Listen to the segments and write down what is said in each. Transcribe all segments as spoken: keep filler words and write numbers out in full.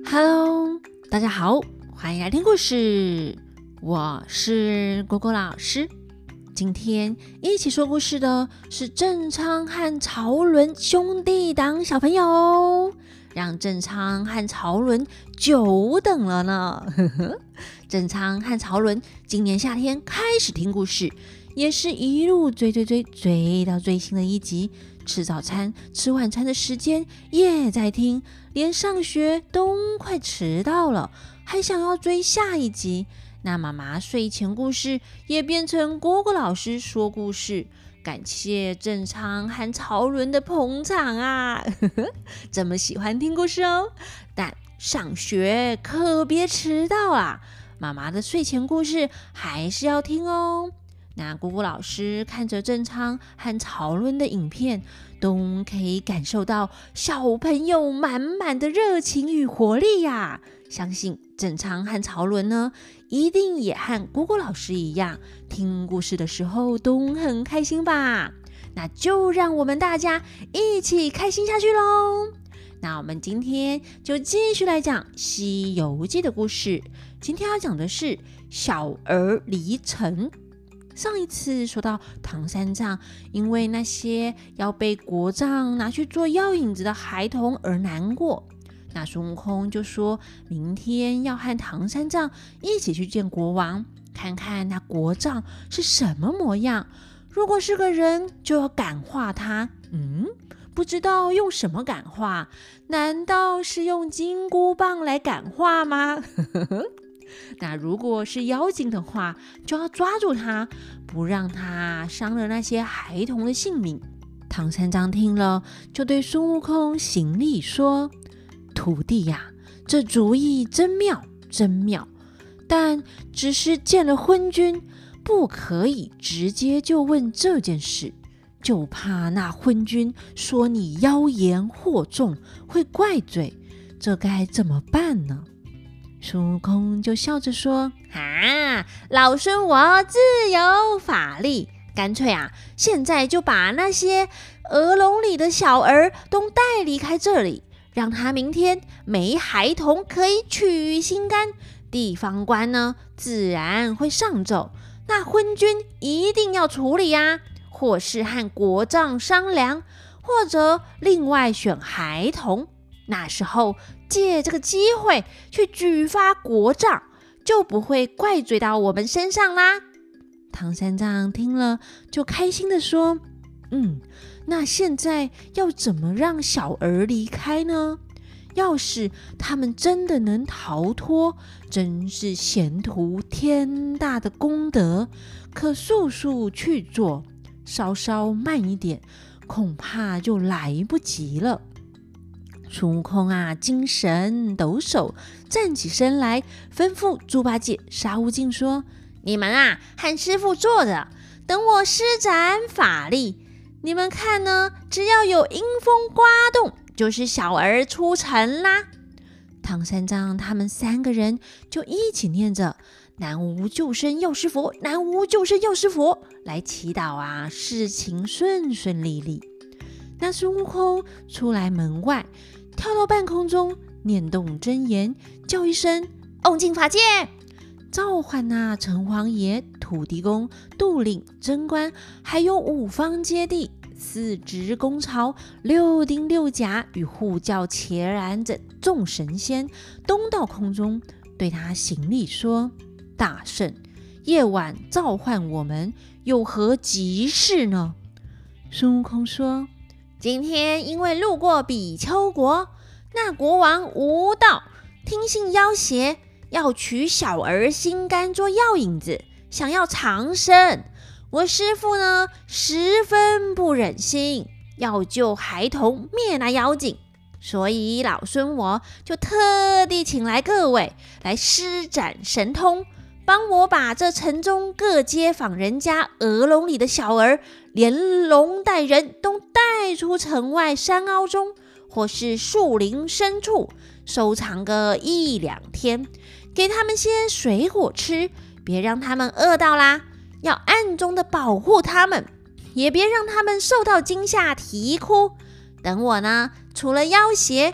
Hello， 大家好，欢迎来听故事。我是果果老师。今天一起说故事的是郑昌和曹伦兄弟党小朋友，让郑昌和曹伦久等了呢。郑昌和曹伦今年夏天开始听故事，也是一路追追追追到最新的一集。吃早餐、吃晚餐的时间也在听，连上学都快迟到了，还想要追下一集。那妈妈睡前故事也变成果果老师说故事，感谢郑昌和曹伦的捧场啊！这么喜欢听故事哦，但上学可别迟到啦！妈妈的睡前故事还是要听哦。那果果老师看着郑昌和曹伦的影片，都可以感受到小朋友满满的热情与活力呀！相信郑昌和曹伦呢，一定也和果果老师一样，听故事的时候都很开心吧？那就让我们大家一起开心下去咯！那我们今天就继续来讲《西游记》的故事。今天要讲的是小儿离尘。上一次说到唐三藏因为那些要被国丈拿去做药引子的孩童而难过，那孙悟空就说明天要和唐三藏一起去见国王，看看那国丈是什么模样，如果是个人就要感化他。嗯，不知道用什么感化？难道是用金箍棒来感化吗？那如果是妖精的话，就要抓住他，不让他伤了那些孩童的性命。唐三藏听了，就对孙悟空行礼说：徒弟呀，这主意真妙真妙，但只是见了昏君，不可以直接就问这件事，就怕那昏君说你妖言惑众，会怪罪，这该怎么办呢？孙悟空就笑着说：啊，老孙我自有法力，干脆啊，现在就把那些鹅笼里的小儿都带离开这里，让他明天没孩童可以取心肝，地方官呢自然会上奏，那昏君一定要处理啊，或是和国丈商量，或者另外选孩童，那时候借这个机会去举发国丈，就不会怪罪到我们身上啦。唐三藏听了就开心地说：嗯，那现在要怎么让小儿离开呢？要是他们真的能逃脱，真是前途天大的功德，可速速去做，稍稍慢一点，恐怕就来不及了。孙悟空啊，精神抖擞，站起身来，吩咐猪八戒、沙悟净说：你们啊，和师父坐着，等我施展法力。你们看呢，只要有阴风刮动，就是小儿出城啦。唐三藏他们三个人就一起念着南无救生药师佛，南无救生药师佛，来祈祷啊，事情顺顺利利。那孙悟空出来门外，跳到半空中，念动真言，叫一声唵净法界，召唤那城隍爷、土地公、渡令、贞观，还有五方揭谛、四职公曹、六丁六甲与护教伽蓝等众神仙，都到空中对他行礼说：大圣，夜晚召唤我们，有何急事呢？孙悟空说：今天因为路过比丘国，那国王无道，听信要挟，要取小儿心肝做药引子，想要长生。我师父呢，十分不忍心，要救孩童，灭那妖精，所以老孙我就特地请来各位来施展神通，帮我把这城中各街坊人家鹅笼里的小儿，连笼带人都带出城外山凹中，或是树林深处，收藏个一两天，给他们些水果吃，别让他们饿到啦，要暗中的保护他们，也别让他们受到惊吓啼哭。等我呢，除了要挟，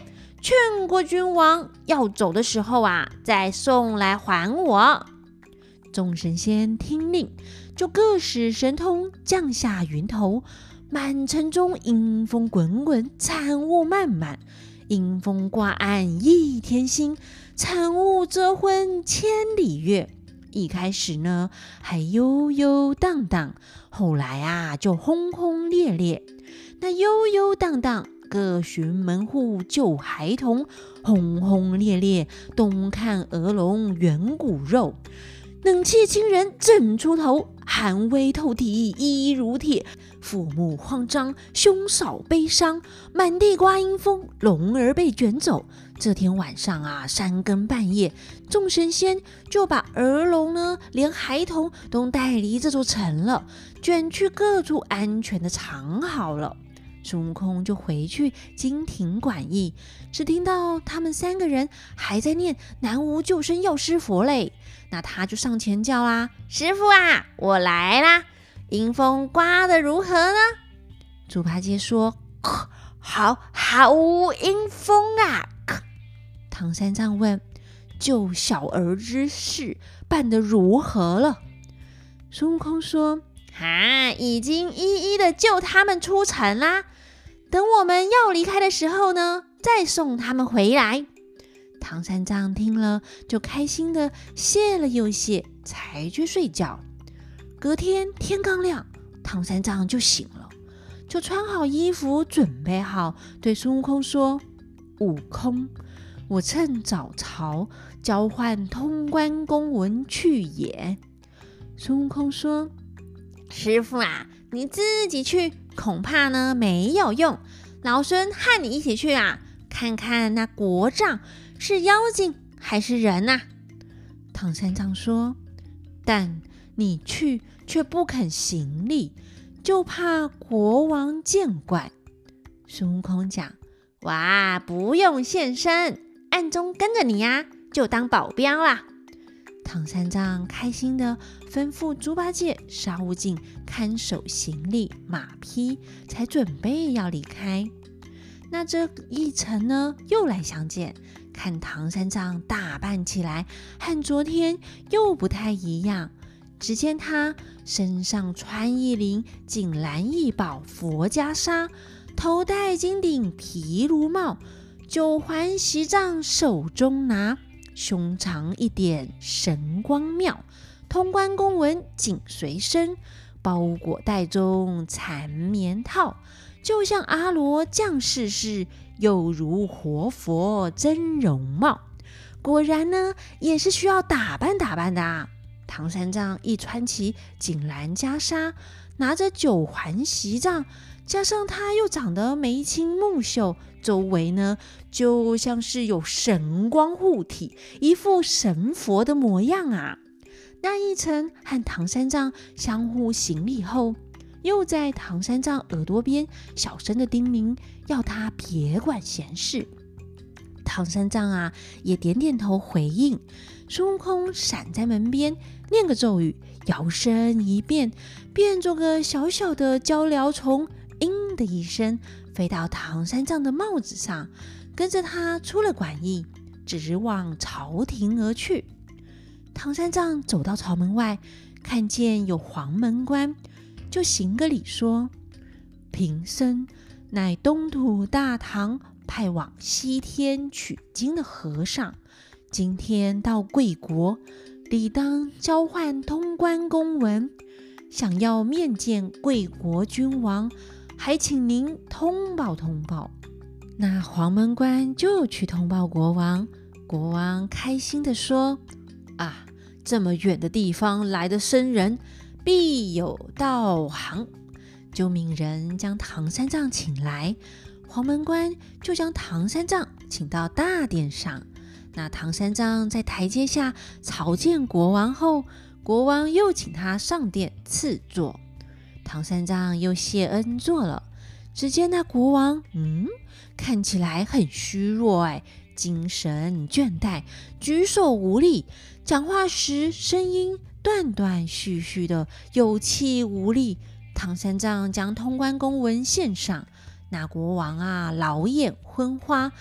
劝过君王，要走的时候啊，再送来还我。”众神仙听令，就各使神通，降下云头，满城中阴风滚滚，惨雾漫漫。阴风挂岸一天星，惨雾遮昏千里月。一开始呢，还悠悠荡荡，后来啊，就轰轰烈烈。那悠悠荡荡，各寻门户救孩童；轰轰烈烈，东看鹅龙远骨肉。冷气侵人震出头，寒威透体衣如铁。父母慌张，兄嫂悲伤，满地刮阴风，龙儿被卷走。这天晚上啊，三更半夜，众神仙就把儿龙呢，连孩童都带离这座城了，卷去各处安全的藏好了。孙悟空就回去金庭馆驿，只听到他们三个人还在念南无救生药师佛嘞。那他就上前叫啦：“师父啊，我来啦！阴风刮得如何呢？”猪八戒说：“好好无阴风啊！”唐三藏问：“救小儿之事办得如何了？”孙悟空说：“啊，已经一一的救他们出城啦。等我们要离开的时候呢，再送他们回来。”唐三藏听了，就开心的谢了又谢，才去睡觉。隔天天刚亮，唐三藏就醒了，就穿好衣服，准备好，对孙悟空说：“悟空，我趁早朝交换通关公文去也。”孙悟空说：“师父啊，你自己去，恐怕呢没有用。老孙和你一起去啊，看看那国丈是妖精还是人啊？”唐三藏说：“但你去却不肯行礼，就怕国王见怪。”孙悟空讲：“哇，不用现身，暗中跟着你呀、啊，就当保镖啦。”唐三藏开心的吩咐猪八戒、沙悟净看守行李、马匹，才准备要离开。那这一程呢，又来相见，看唐三藏打扮起来和昨天又不太一样。只见他身上穿一领锦蓝异宝佛袈裟，头戴金顶毗卢帽，九环锡杖手中拿，胸长一点神光妙，通关公文紧随身，包裹袋中缠绵套，就像阿罗降世事，又如活佛真容貌。果然呢，也是需要打扮打扮的啊。唐三藏一穿起锦蓝袈裟，拿着九环锡杖，加上他又长得眉清目秀，周围呢就像是有神光护体，一副神佛的模样啊。那一程和唐三藏相互行礼后，又在唐三藏耳朵边小声的叮咛，要他别管闲事。唐三藏啊也点点头回应。孙悟空闪在门边，念个咒语，摇身一变，变做个小小的鹪鹩虫，嘤的一声飞到唐三藏的帽子上，跟着他出了馆驿，直往朝廷而去。唐三藏走到朝门外，看见有黄门关，就行个礼说：“贫僧乃东土大唐派往西天取经的和尚，今天到贵国，理当交换通关公文，想要面见贵国君王，还请您通报通报。”那黄门关就去通报国王，国王开心地说：“啊，这么远的地方来的僧人，必有道行。”就命人将唐三藏请来，黄门关就将唐三藏请到大殿上。那唐三藏在台阶下朝见国王后，国王又请他上殿赐座，唐三藏又谢恩坐了。只见那国王，嗯，看起来很虚弱，哎，精神倦怠，举手无力，讲话时声音断断续续的，有气无力。唐三藏将通关公文献上，那国王啊，老眼昏花，看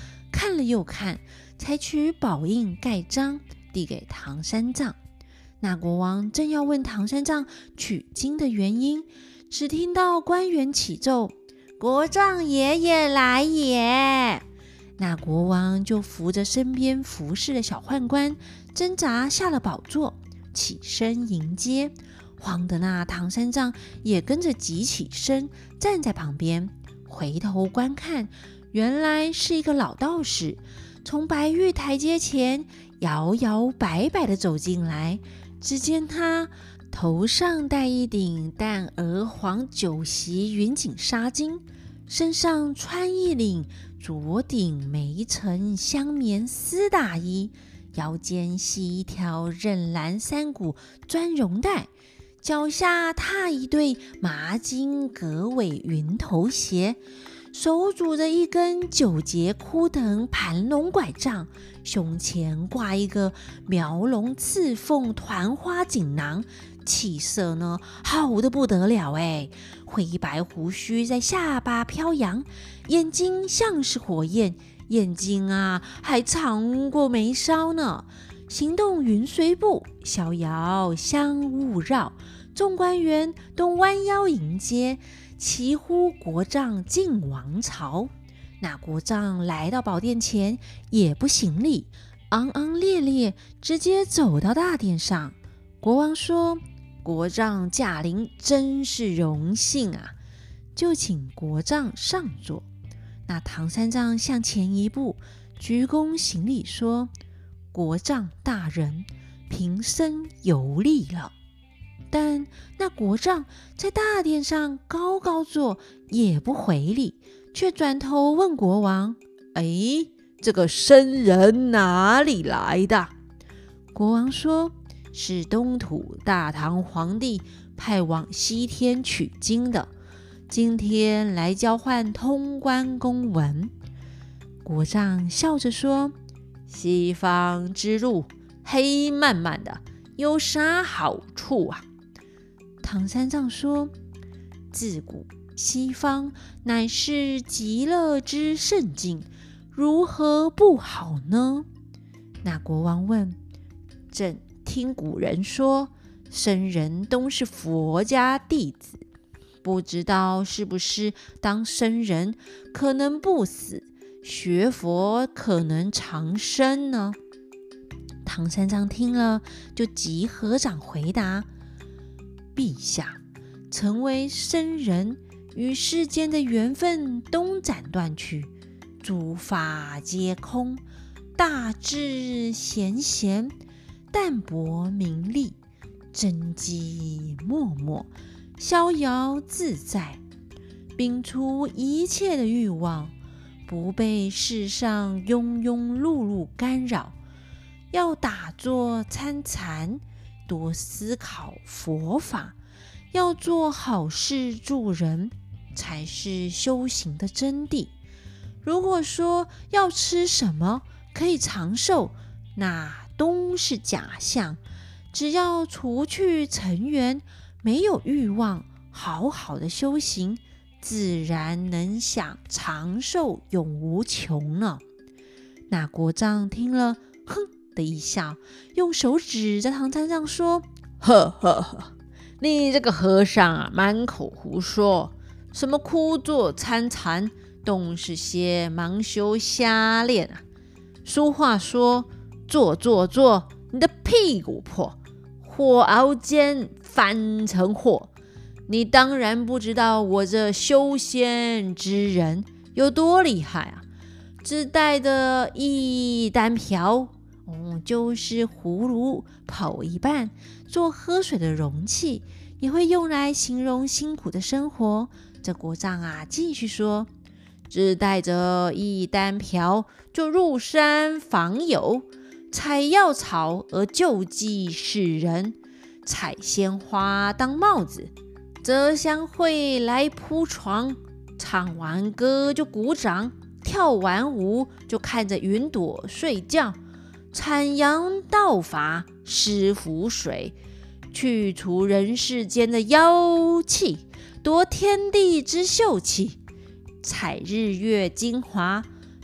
看了又看，才取宝印盖章，递给唐三藏。那国王正要问唐三藏取经的原因，只听到官员启奏：“国丈爷爷来也！”那国王就扶着身边服侍的小宦官，挣扎下了宝座，起身迎接。慌的那唐三藏也跟着急起身，站在旁边，回头观看，原来是一个老道士，从白玉台阶前摇摇摆摆地走进来。只见他头上戴一顶淡鹅黄酒席云锦纱巾，身上穿一领着顶梅层香棉丝大衣，腰间系一条韧蓝三股钻绒带，脚下踏一对麻金革尾云头鞋，手拄着一根九节枯藤盘龙拐杖，胸前挂一个描龙刺凤团花锦囊，气色呢好得不得了哎！灰白胡须在下巴飘扬，眼睛像是火焰，眼睛啊还长过眉梢呢。行动云随步，逍遥香雾绕，众官员都弯腰迎接，齐呼国丈进王朝。那国丈来到宝殿前，也不行礼，昂昂烈烈，直接走到大殿上。国王说：“国丈驾临，真是荣幸啊！”就请国丈上座。那唐三藏向前一步，鞠躬行礼说：“国丈大人，平生有礼了。”但那国丈在大殿上高高坐，也不回礼，却转头问国王：“哎，这个僧人哪里来的？”国王说：“是东土大唐皇帝派往西天取经的，今天来交换通关公文。”国丈笑着说：“西方之路黑漫漫的，有啥好处啊？”唐三藏说：“自古西方乃是极乐之圣境，如何不好呢？”那国王问：“朕听古人说，僧人都是佛家弟子，不知道是不是当僧人可能不死，学佛可能长生呢？”唐三藏听了，就急合掌回答：“陛下，成为僧人与世间的缘分东斩断去，诸法皆空，大智贤贤，淡泊名利，真迹默默，逍遥自在，摒除一切的欲望，不被世上庸庸碌碌干扰，要打坐参禅，多思考佛法，要做好事助人，才是修行的真谛。如果说要吃什么可以长寿，那都是假象。只要除去尘缘，没有欲望，好好的修行，自然能享长寿永无穷呢。”那国丈听了，哼的一笑，用手指着唐三藏说：“呵呵呵，你这个和尚啊，满口胡说，什么枯坐参禅，都是些盲修瞎练啊。俗话说，坐坐坐，你的屁股破，火熬煎翻成祸。你当然不知道我这修仙之人有多厉害啊！只带的一单瓢，哦，就是葫芦泡一半做喝水的容器，也会用来形容辛苦的生活。”这国丈啊，继续说：“只带着一单瓢，就入山访友，采药草而救济世人，采鲜花当帽子，折香会来铺床，唱完歌就鼓掌，跳完舞就看着云朵睡觉，阐扬道法，施符水，去除人世间的妖气，夺天地之秀气，采日月精华，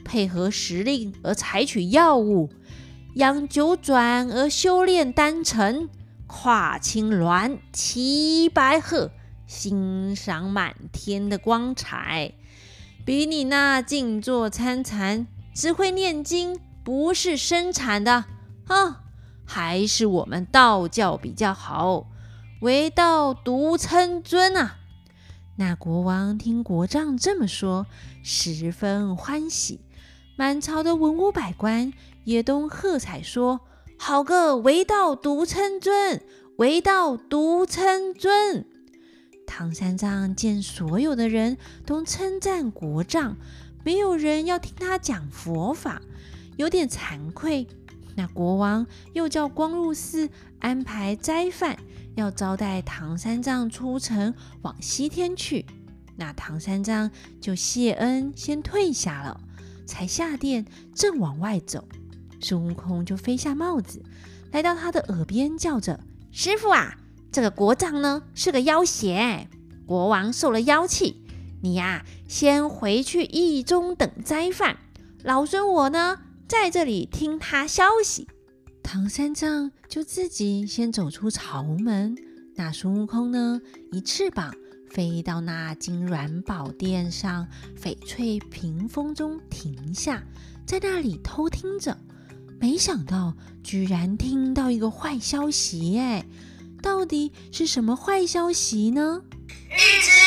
配合时令而采取药物，养九转而修炼丹成，跨青鸾，骑白鹤，欣赏满天的光彩。比你那静坐参禅，只会念经，不是生产的啊，还是我们道教比较好，为道独称尊啊！那国王听国丈这么说，十分欢喜，满朝的文武百官也都喝彩说：好个为道独称尊，为道独称尊！唐三藏见所有的人都称赞国丈，没有人要听他讲佛法，有点惭愧。那国王又叫光禄寺安排斋饭，要招待唐三藏出城往西天去。那唐三藏就谢恩先退下了，才下殿正往外走，孙悟空就飞下帽子，来到他的耳边叫着：师父啊，这个国丈呢是个妖邪，国王受了妖气，你呀、啊、先回去驿中等斋饭，老孙我呢在这里听他消息。唐三藏就自己先走出朝门，那孙悟空呢一翅膀飞到那金銮宝殿上翡翠屏风中停下，在那里偷听着。没想到居然听到一个坏消息耶！到底是什么坏消息呢？ 日之